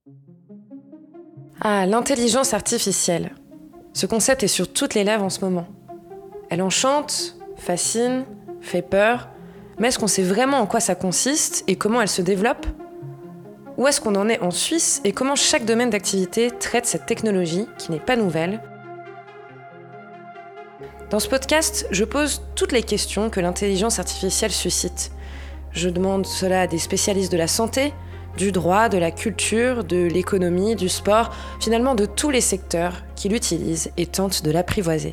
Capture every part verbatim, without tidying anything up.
Ah, l'intelligence artificielle. Ce concept est sur toutes les lèvres en ce moment. Elle enchante, fascine, fait peur, mais est-ce qu'on sait vraiment en quoi ça consiste et comment elle se développe ? Où est-ce qu'on en est en Suisse et comment chaque domaine d'activité traite cette technologie qui n'est pas nouvelle ? Dans ce podcast, je pose toutes les questions que l'intelligence artificielle suscite. Je demande cela à des spécialistes de la santé, du droit, de la culture, de l'économie, du sport, finalement de tous les secteurs qui l'utilisent et tentent de l'apprivoiser.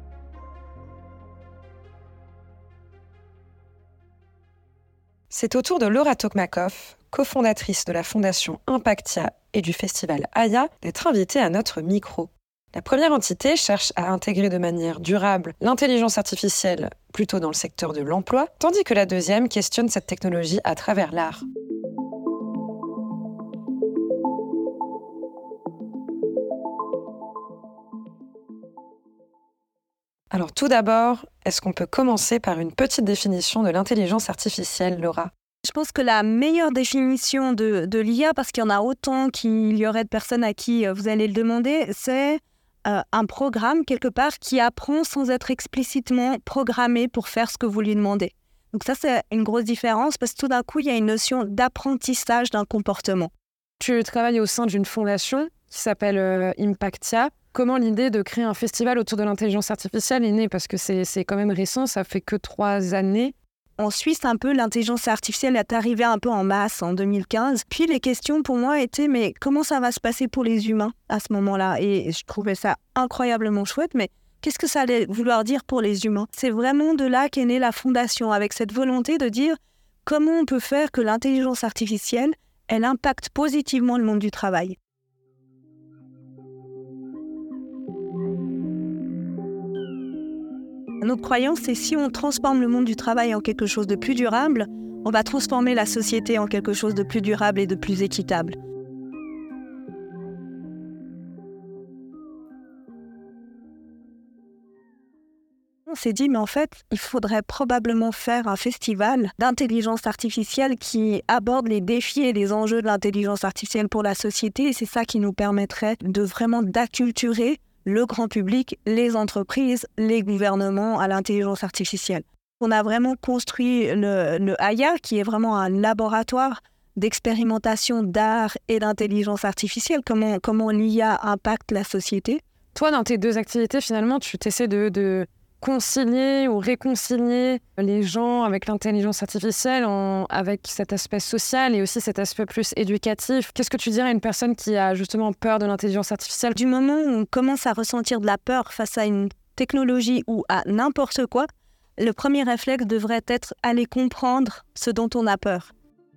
C'est au tour de Laura Tokmakov, cofondatrice de la fondation Impactia et du festival Aya, d'être invitée à notre micro. La première entité cherche à intégrer de manière durable l'intelligence artificielle plutôt dans le secteur de l'emploi, tandis que la deuxième questionne cette technologie à travers l'art. Alors tout d'abord, est-ce qu'on peut commencer par une petite définition de l'intelligence artificielle, Laura ? Je pense que la meilleure définition de, de l'I A, parce qu'il y en a autant qu'il y aurait de personnes à qui vous allez le demander, c'est euh, un programme, quelque part, qui apprend sans être explicitement programmé pour faire ce que vous lui demandez. Donc ça, c'est une grosse différence, parce que tout d'un coup, il y a une notion d'apprentissage d'un comportement. Tu travailles au sein d'une fondation qui s'appelle euh, Impactia. Comment l'idée de créer un festival autour de l'intelligence artificielle est née ? Parce que c'est, c'est quand même récent, ça fait que trois années. En Suisse, un peu, l'intelligence artificielle est arrivée un peu en masse en deux mille quinze. Puis les questions pour moi étaient, mais comment ça va se passer pour les humains à ce moment-là ? Et je trouvais ça incroyablement chouette, mais qu'est-ce que ça allait vouloir dire pour les humains ? C'est vraiment de là qu'est née la fondation, avec cette volonté de dire comment on peut faire que l'intelligence artificielle, elle impacte positivement le monde du travail. Notre croyance, c'est si on transforme le monde du travail en quelque chose de plus durable, on va transformer la société en quelque chose de plus durable et de plus équitable. On s'est dit, mais en fait, il faudrait probablement faire un festival d'intelligence artificielle qui aborde les défis et les enjeux de l'intelligence artificielle pour la société. Et c'est ça qui nous permettrait de vraiment d'acculturer le grand public, les entreprises, les gouvernements à l'intelligence artificielle. On a vraiment construit le, le Aya, qui est vraiment un laboratoire d'expérimentation d'art et d'intelligence artificielle, comment, comment l'I A impacte la société. Toi, dans tes deux activités, finalement, tu t'essaies de, de concilier ou réconcilier les gens avec l'intelligence artificielle, en, avec cet aspect social et aussi cet aspect plus éducatif. Qu'est-ce que tu dirais à une personne qui a justement peur de l'intelligence artificielle ? Du moment où on commence à ressentir de la peur face à une technologie ou à n'importe quoi, le premier réflexe devrait être aller comprendre ce dont on a peur.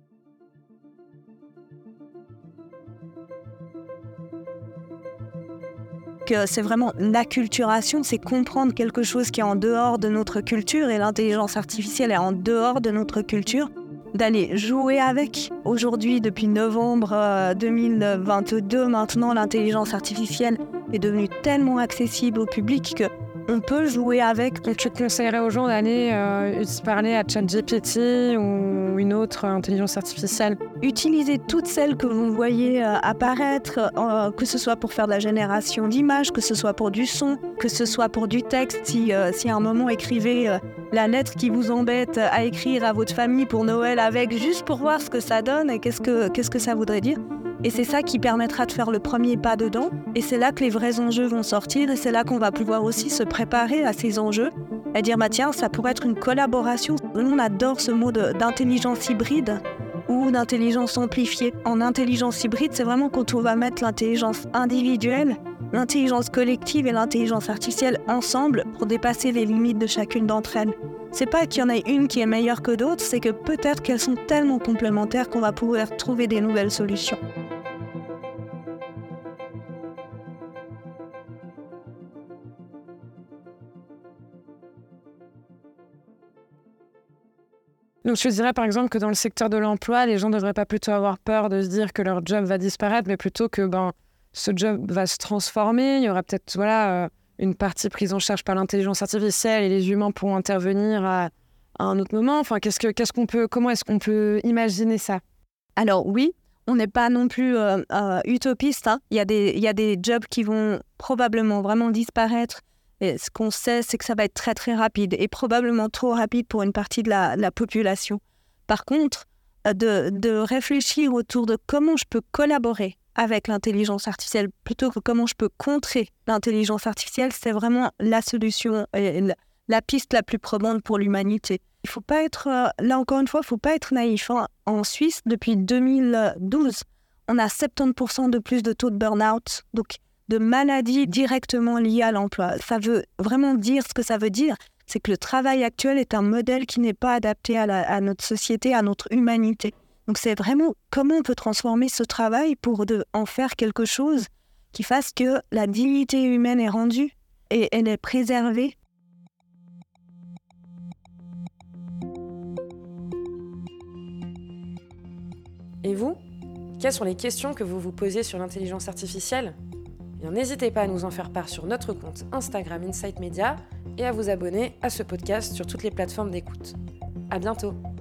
Que c'est vraiment l'acculturation, c'est comprendre quelque chose qui est en dehors de notre culture, et l'intelligence artificielle est en dehors de notre culture, d'aller jouer avec. Aujourd'hui, depuis novembre deux mille vingt-deux, maintenant, l'intelligence artificielle est devenue tellement accessible au public que on peut jouer avec. Et tu conseillerais aux gens d'aller euh, parler à ChatGPT ou une autre intelligence artificielle ? Utilisez toutes celles que vous voyez euh, apparaître, euh, que ce soit pour faire de la génération d'images, que ce soit pour du son, que ce soit pour du texte. Si, euh, si à un moment écrivez euh, la lettre qui vous embête à écrire à votre famille pour Noël avec, juste pour voir ce que ça donne et qu'est-ce que, qu'est-ce que ça voudrait dire. Et c'est ça qui permettra de faire le premier pas dedans. Et c'est là que les vrais enjeux vont sortir. Et c'est là qu'on va pouvoir aussi se préparer à ces enjeux. Et dire, bah tiens, ça pourrait être une collaboration. Nous, on adore ce mot de, d'intelligence hybride ou d'intelligence amplifiée. En intelligence hybride, c'est vraiment quand on va mettre l'intelligence individuelle, l'intelligence collective et l'intelligence artificielle ensemble pour dépasser les limites de chacune d'entre elles. C'est pas qu'il y en ait une qui est meilleure que d'autres, c'est que peut-être qu'elles sont tellement complémentaires qu'on va pouvoir trouver des nouvelles solutions. Donc je dirais par exemple que dans le secteur de l'emploi, les gens ne devraient pas plutôt avoir peur de se dire que leur job va disparaître, mais plutôt que ben, ce job va se transformer. Il y aura peut-être voilà, euh, une partie prise en charge par l'intelligence artificielle et les humains pourront intervenir à, à un autre moment. Enfin, qu'est-ce que, qu'est-ce qu'on peut, comment est-ce qu'on peut imaginer ça ? Alors oui, on n'est pas non plus euh, euh, utopiste. Hein. Il y a des, il y a des jobs qui vont probablement vraiment disparaître. Et ce qu'on sait, c'est que ça va être très très rapide et probablement trop rapide pour une partie de la, la population. Par contre, de, de réfléchir autour de comment je peux collaborer avec l'intelligence artificielle plutôt que comment je peux contrer l'intelligence artificielle, c'est vraiment la solution et la, la piste la plus probante pour l'humanité. Il faut pas être, euh, là encore une fois, il ne faut pas être naïf. Hein. En Suisse, depuis deux mille douze, on a soixante-dix pour cent de plus de taux de burn-out, donc de maladies directement liées à l'emploi. Ça veut vraiment dire ce que ça veut dire, c'est que le travail actuel est un modèle qui n'est pas adapté à, la, à notre société, à notre humanité. Donc c'est vraiment comment on peut transformer ce travail pour de, en faire quelque chose qui fasse que la dignité humaine est rendue et elle est préservée. Et vous, quelles sont les questions que vous vous posez sur l'intelligence artificielle ? Eh bien, n'hésitez pas à nous en faire part sur notre compte Instagram Insight Media et à vous abonner à ce podcast sur toutes les plateformes d'écoute. À bientôt.